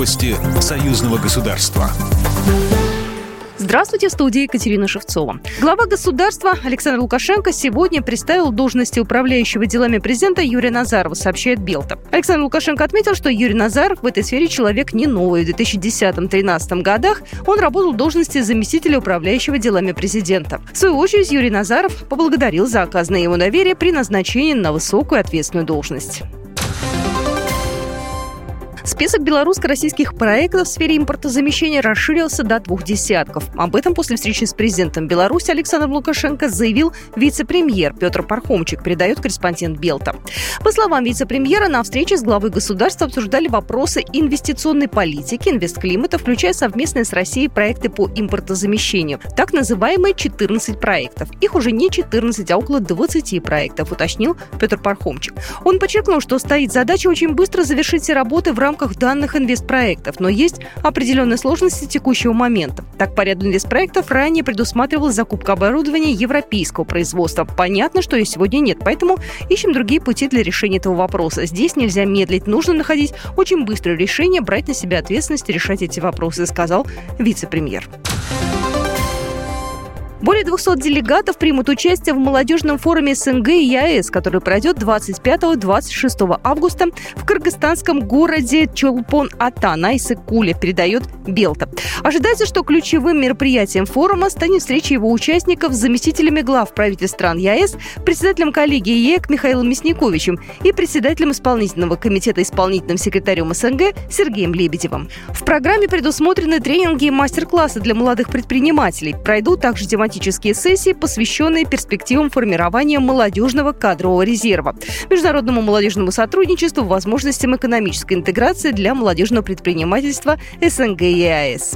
Новости союзного государства. Здравствуйте, в студии Екатерина Шевцова. Глава государства Александр Лукашенко сегодня представил должности управляющего делами президента Юрия Назарова, сообщает Белта. Александр Лукашенко отметил, что Юрий Назаров в этой сфере человек не новый. В 2010-2013 годах он работал в должности заместителя управляющего делами президента. В свою очередь, Юрий Назаров поблагодарил за оказанное ему доверие при назначении на высокую ответственную должность. Список белорусско-российских проектов в сфере импортозамещения расширился до 2 десятков. Об этом после встречи с президентом Беларуси Александром Лукашенко заявил вице-премьер Петр Пархомчик, передает корреспондент Белта. По словам вице-премьера, на встрече с главой государства обсуждали вопросы инвестиционной политики, инвестклимата, включая совместные с Россией проекты по импортозамещению. Так называемые 14 проектов. Их уже не 14, а около 20 проектов, уточнил Петр Пархомчик. Он подчеркнул, что стоит задача очень быстро завершить все работы в рамках данных инвестпроектов, но есть определенные сложности текущего момента. Так, по ряду инвестпроектов ранее предусматривалась закупка оборудования европейского производства. Понятно, что ее сегодня нет, поэтому ищем другие пути для решения этого вопроса. Здесь нельзя медлить, нужно находить очень быстрое решение, брать на себя ответственность и решать эти вопросы, сказал вице-премьер. Более 200 делегатов примут участие в молодежном форуме СНГ и ЕАЭС, который пройдет 25-26 августа в кыргызстанском городе Чолпон-Ата на Иссык-Куле, передает Белта. Ожидается, что ключевым мероприятием форума станет встреча его участников с заместителями глав правительств стран ЕАЭС, председателем коллегии ЕЭК Михаилом Мясниковичем и председателем исполнительного комитета исполнительным секретарем СНГ Сергеем Лебедевым. В программе предусмотрены тренинги и мастер-классы для молодых предпринимателей. Пройдут также тематические сессии, посвященные перспективам формирования молодежного кадрового резерва, международному молодежному сотрудничеству, возможностям экономической интеграции для молодежного предпринимательства СНГ и ЕАЭС.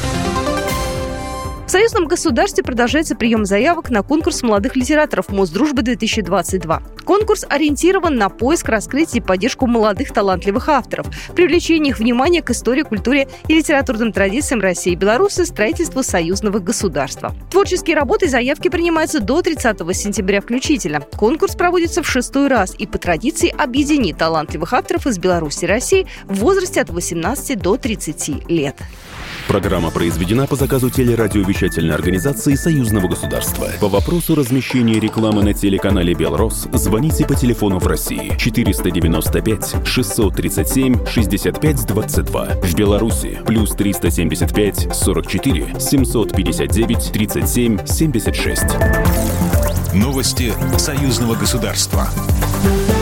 В союзном государстве продолжается прием заявок на конкурс молодых литераторов Мосдружбы-2022. Конкурс ориентирован на поиск, раскрытие и поддержку молодых талантливых авторов, привлечение их внимания к истории, культуре и литературным традициям России и Беларуси, строительству союзного государства. Творческие работы и заявки принимаются до 30 сентября включительно. Конкурс проводится в 6-й раз и по традиции объединит талантливых авторов из Беларуси и России в возрасте от 18 до 30 лет. Программа произведена по заказу телерадиовещательной организации Союзного государства. По вопросу размещения рекламы на телеканале «Белрос» звоните по телефону в России 495 637 65 22. В Беларуси плюс 375 44 759 37 76. Новости союзного государства.